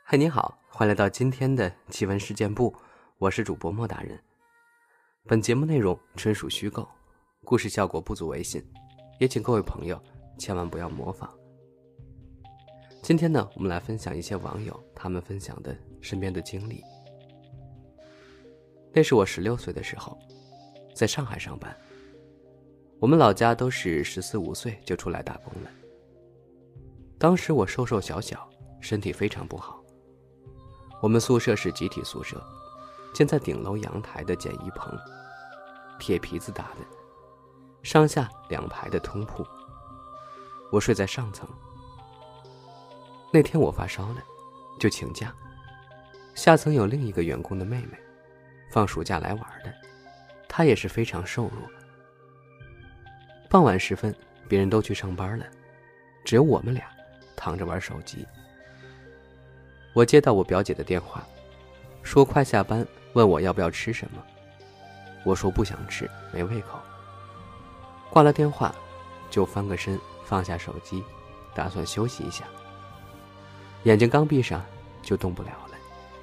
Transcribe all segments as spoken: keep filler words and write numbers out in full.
嗨，你好，欢迎来到今天的奇闻事件部，我是主播莫大人。本节目内容纯属虚构，故事效果不足为信，也请各位朋友千万不要模仿。今天呢，我们来分享一些网友他们分享的身边的经历。那是我十六岁的时候，在上海上班。我们老家都是十四五岁就出来打工了。当时我瘦瘦小小，身体非常不好。我们宿舍是集体宿舍，建在顶楼阳台的简易棚，铁皮子打的，上下两排的通铺。我睡在上层。那天我发烧了，就请假。下层有另一个员工的妹妹，放暑假来玩的，她也是非常瘦弱。傍晚时分，别人都去上班了，只有我们俩躺着玩手机。我接到我表姐的电话，说快下班，问我要不要吃什么。我说不想吃，没胃口。挂了电话，就翻个身，放下手机，打算休息一下。眼睛刚闭上，就动不了了。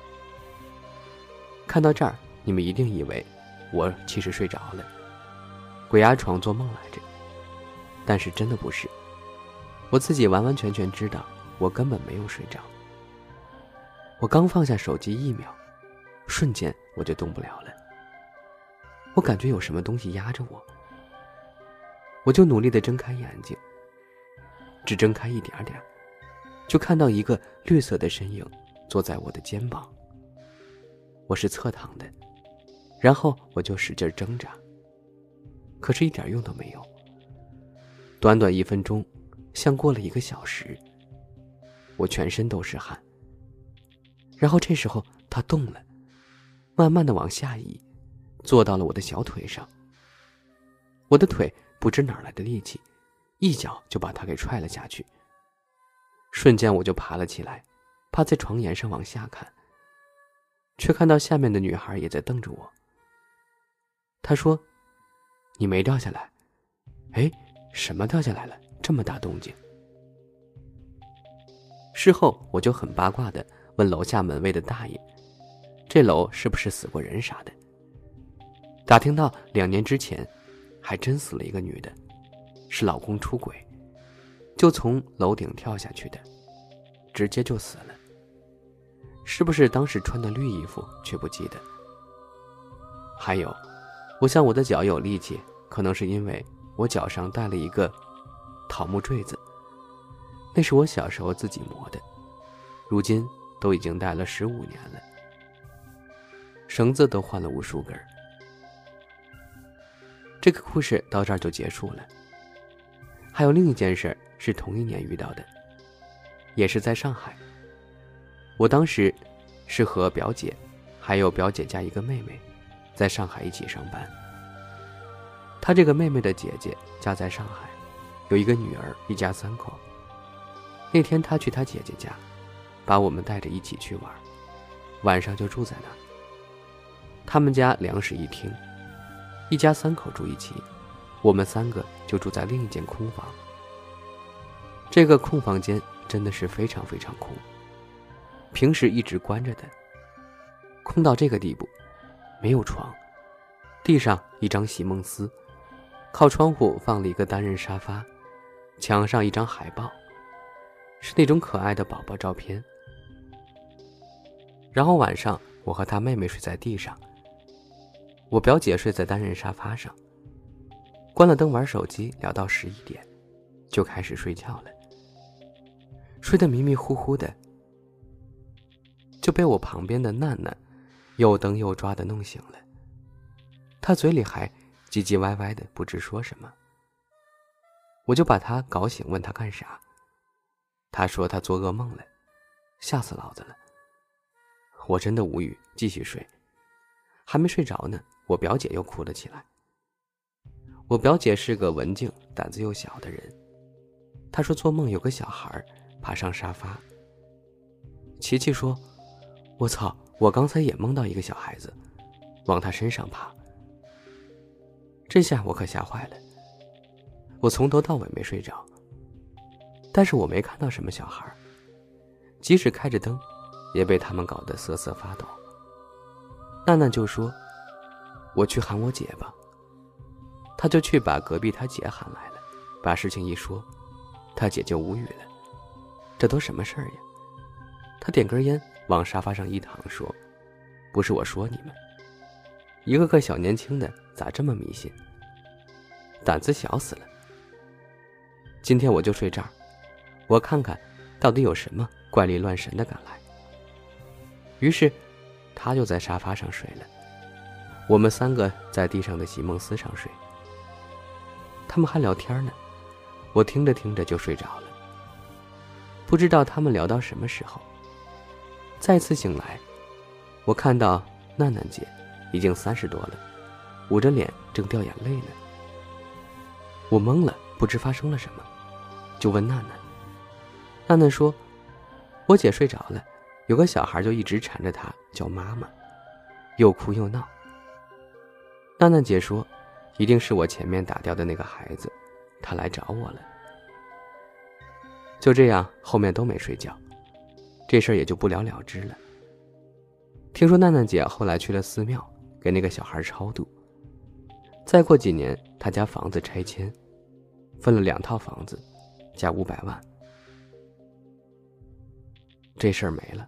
看到这儿，你们一定以为我其实睡着了，鬼压床做梦来着。但是真的不是，我自己完完全全知道，我根本没有睡着。我刚放下手机一秒，瞬间我就动不了了。我感觉有什么东西压着我，我就努力地睁开眼睛，只睁开一点点，就看到一个绿色的身影坐在我的肩膀。我是侧躺的，然后我就使劲挣扎，可是一点用都没有。短短一分钟，像过了一个小时，我全身都是汗。然后这时候他动了，慢慢的往下移，坐到了我的小腿上。我的腿不知哪来的力气，一脚就把他给踹了下去。瞬间我就爬了起来，趴在床沿上往下看，却看到下面的女孩也在瞪着我。她说：“你没掉下来？”哎，什么掉下来了？这么大动静。事后我就很八卦的问楼下门卫的大爷，这楼是不是死过人啥的？打听到两年之前还真死了一个女的，是老公出轨，就从楼顶跳下去的，直接就死了。是不是当时穿的绿衣服却不记得。还有，我想我的脚有力气，可能是因为我脚上带了一个桃木坠子，那是我小时候自己磨的，如今都已经戴了十五年了，绳子都换了无数根。这个故事到这儿就结束了。还有另一件事是同一年遇到的，也是在上海。我当时是和表姐还有表姐家一个妹妹在上海一起上班。她这个妹妹的姐姐家在上海，有一个女儿，一家三口。那天她去她姐姐家，把我们带着一起去玩，晚上就住在那儿。他们家两室一厅，一家三口住一起，我们三个就住在另一间空房。这个空房间真的是非常非常空，平时一直关着的，空到这个地步，没有床，地上一张席梦思，靠窗户放了一个单人沙发，墙上一张海报，是那种可爱的宝宝照片。然后晚上我和他妹妹睡在地上，我表姐睡在单人沙发上，关了灯玩手机，聊到十一点就开始睡觉了。睡得迷迷糊糊的，就被我旁边的娜娜又蹬又抓的弄醒了。她嘴里还唧唧歪歪的不知说什么，我就把她搞醒，问她干啥。她说她做噩梦了，吓死老子了。我真的无语，继续睡。还没睡着呢，我表姐又哭了起来。我表姐是个文静胆子又小的人，她说做梦有个小孩爬上沙发。琪琪说：“我操，我刚才也梦到一个小孩子往他身上爬。”这下我可吓坏了，我从头到尾没睡着，但是我没看到什么小孩，即使开着灯也被他们搞得瑟瑟发抖。娜娜就说：“我去喊我姐吧。”她就去把隔壁她姐喊来了，把事情一说，她姐就无语了。这都什么事儿呀？她点根烟，往沙发上一躺，说：“不是我说你们，一个个小年轻的咋这么迷信？胆子小死了。今天我就睡这儿，我看看到底有什么怪力乱神的赶来。”于是他就在沙发上睡了，我们三个在地上的席梦思上睡。他们还聊天呢，我听着听着就睡着了。不知道他们聊到什么时候，再次醒来，我看到娜娜姐已经三十多了，捂着脸正掉眼泪呢。我懵了，不知发生了什么，就问娜娜。娜娜说：“我姐睡着了，有个小孩就一直缠着她叫妈妈，又哭又闹。”娜娜姐说：“一定是我前面打掉的那个孩子，他来找我了。”就这样，后面都没睡觉，这事儿也就不了了之了。听说娜娜姐后来去了寺庙，给那个小孩超度。再过几年，她家房子拆迁，分了两套房子，加五百万。这事儿没了。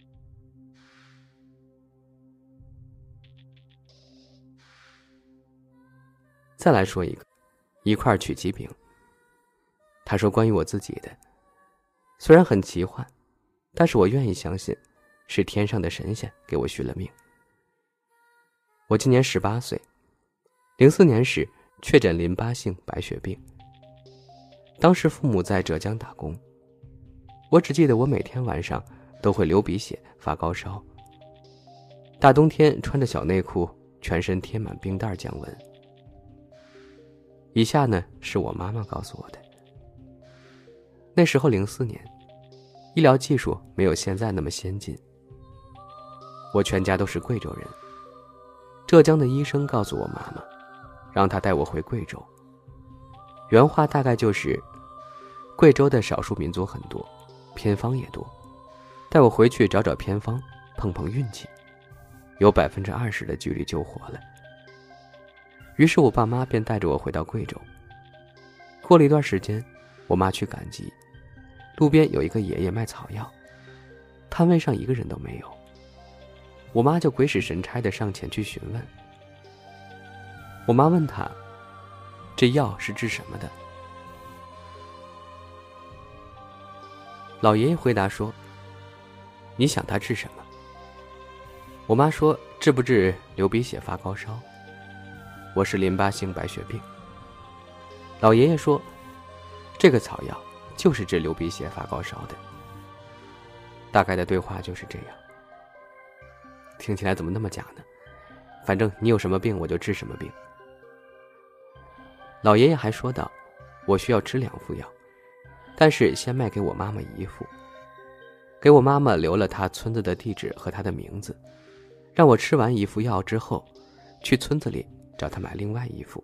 再来说一个，一块曲奇饼。他说关于我自己的，虽然很奇幻，但是我愿意相信，是天上的神仙给我续了命。我今年十八岁，零四年时确诊淋巴性白血病。当时父母在浙江打工，我只记得我每天晚上都会流鼻血、发高烧，大冬天穿着小内裤，全身贴满冰袋降温。以下呢是我妈妈告诉我的。那时候零四年，医疗技术没有现在那么先进。我全家都是贵州人，浙江的医生告诉我妈妈，让她带我回贵州。原话大概就是：贵州的少数民族很多，偏方也多，带我回去找找偏方，碰碰运气，有百分之二十的几率救活了。于是我爸妈便带着我回到贵州。过了一段时间，我妈去赶集，路边有一个爷爷卖草药，摊位上一个人都没有。我妈就鬼使神差地上前去询问。我妈问他，这药是治什么的？老爷爷回答说：“你想他治什么？”我妈说：“治不治流鼻血发高烧？我是淋巴性白血病。”老爷爷说：“这个草药就是治流鼻血发高烧的。”大概的对话就是这样。听起来怎么那么假呢？反正你有什么病我就治什么病。老爷爷还说道：“我需要吃两副药，但是先卖给我妈妈一副，给我妈妈留了她村子的地址和她的名字，让我吃完一副药之后，去村子里找她买另外一副。”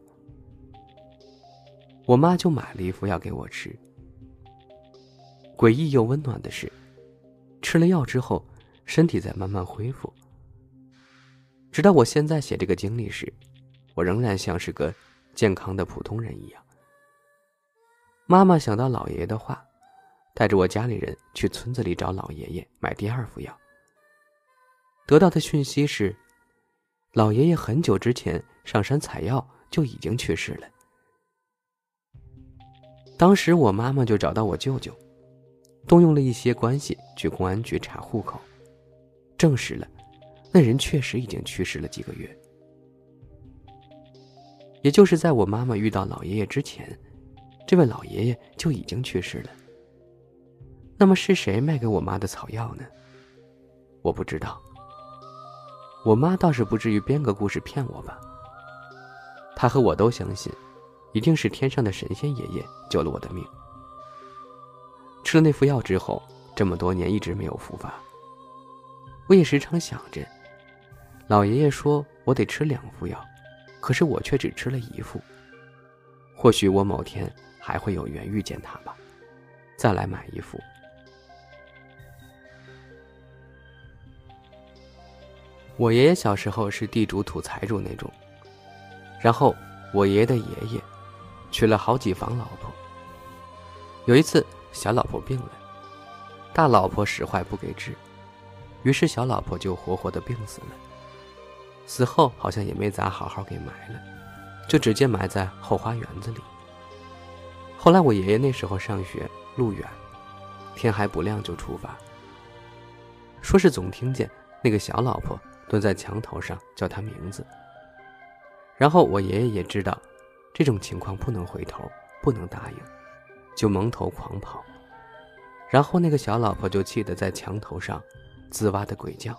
我妈就买了一副药给我吃。诡异又温暖的是，吃了药之后，身体在慢慢恢复。直到我现在写这个经历时，我仍然像是个健康的普通人一样。妈妈想到老爷爷的话，带着我家里人去村子里找老爷爷买第二副药。得到的讯息是，老爷爷很久之前上山采药就已经去世了。当时我妈妈就找到我舅舅，动用了一些关系去公安局查户口，证实了那人确实已经去世了几个月。也就是在我妈妈遇到老爷爷之前，这位老爷爷就已经去世了。那么是谁卖给我妈的草药呢？我不知道。我妈倒是不至于编个故事骗我吧。她和我都相信，一定是天上的神仙爷爷救了我的命。吃了那副药之后，这么多年一直没有复发。我也时常想着，老爷爷说我得吃两副药，可是我却只吃了一副。或许我某天还会有缘遇见他吧，再来买一副。 我爷爷小时候是地主土财主那种，然后我爷爷的爷爷娶了好几房老婆。有一次小老婆病了，大老婆使坏不给治，于是小老婆就活活的病死了。死后好像也没咋好好给埋了，就直接埋在后花园子里。后来我爷爷那时候上学路远，天还不亮就出发，说是总听见那个小老婆蹲在墙头上叫他名字。然后我爷爷也知道这种情况不能回头，不能答应，就蒙头狂跑。然后那个小老婆就气得在墙头上吱哇的鬼叫。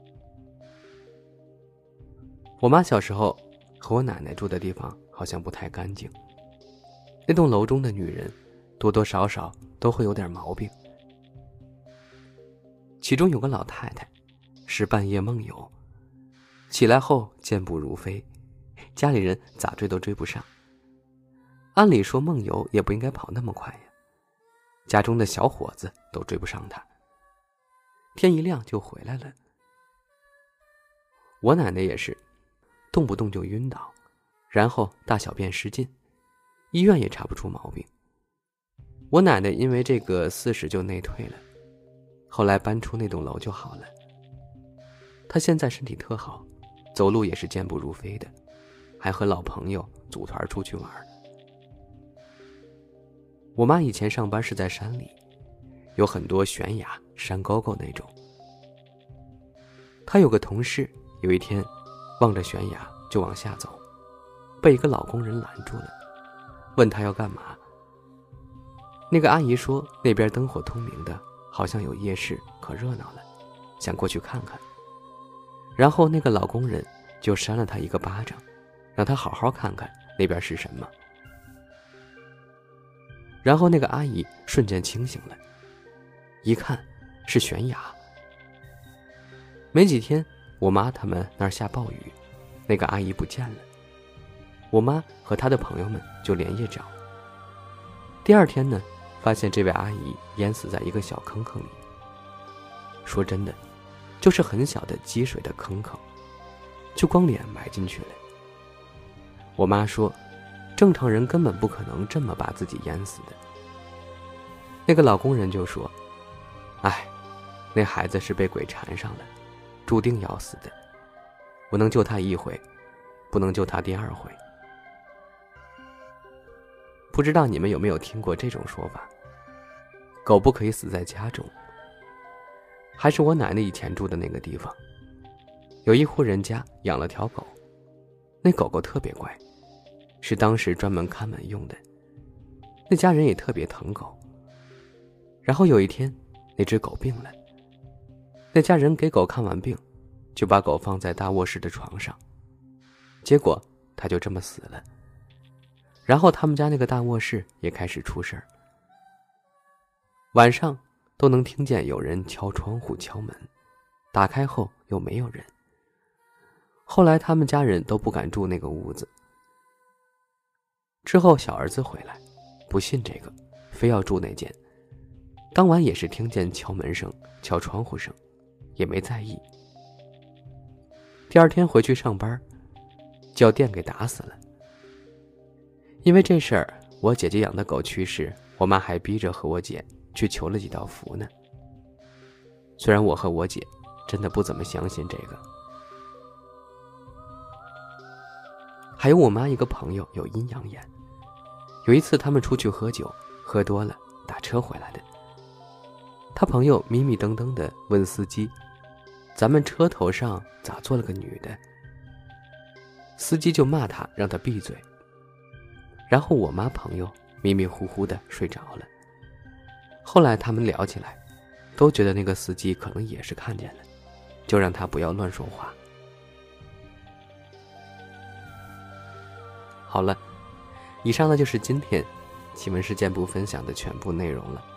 我妈小时候和我奶奶住的地方好像不太干净，那栋楼中的女人多多少少都会有点毛病。其中有个老太太是半夜梦游，起来后健步如飞，家里人咋追都追不上。按理说梦游也不应该跑那么快呀，家中的小伙子都追不上她，天一亮就回来了。我奶奶也是动不动就晕倒，然后大小便失禁，医院也查不出毛病。我奶奶因为这个四十就内退了，后来搬出那栋楼就好了。她现在身体特好，走路也是健步如飞的，还和老朋友组团出去玩。我妈以前上班是在山里，有很多悬崖山沟沟那种。她有个同事有一天望着悬崖就往下走，被一个老工人拦住了，问他要干嘛。那个阿姨说那边灯火通明的，好像有夜市，可热闹了，想过去看看。然后那个老工人就扇了他一个巴掌，让他好好看看那边是什么。然后那个阿姨瞬间清醒了，一看是悬崖。没几天我妈他们那儿下暴雨，那个阿姨不见了。我妈和她的朋友们就连夜找。第二天呢，发现这位阿姨淹死在一个小坑坑里。说真的，就是很小的积水的坑坑，就光脸埋进去了。我妈说正常人根本不可能这么把自己淹死的。那个老工人就说，哎，那孩子是被鬼缠上了，注定要死的，我能救他一回，不能救他第二回。不知道你们有没有听过这种说法，狗不可以死在家中。还是我奶奶以前住的那个地方，有一户人家养了条狗，那狗狗特别乖，是当时专门看门用的，那家人也特别疼狗。然后有一天那只狗病了，那家人给狗看完病，就把狗放在大卧室的床上，结果它就这么死了。然后他们家那个大卧室也开始出事儿，晚上都能听见有人敲窗户敲门，打开后又没有人。后来他们家人都不敢住那个屋子。之后小儿子回来不信这个，非要住那间，当晚也是听见敲门声敲窗户声，也没在意。第二天回去上班，叫店给打死了。因为这事儿，我姐姐养的狗去世，我妈还逼着和我姐去求了几道符呢。虽然我和我姐真的不怎么相信这个。还有我妈一个朋友有阴阳眼，有一次他们出去喝酒，喝多了打车回来的。他朋友迷迷瞪瞪地问司机，咱们车头上咋坐了个女的？司机就骂他，让他闭嘴。然后我妈朋友迷迷糊糊地睡着了。后来他们聊起来，都觉得那个司机可能也是看见了，就让他不要乱说话。好了，以上呢就是今天奇闻事件部分享的全部内容了。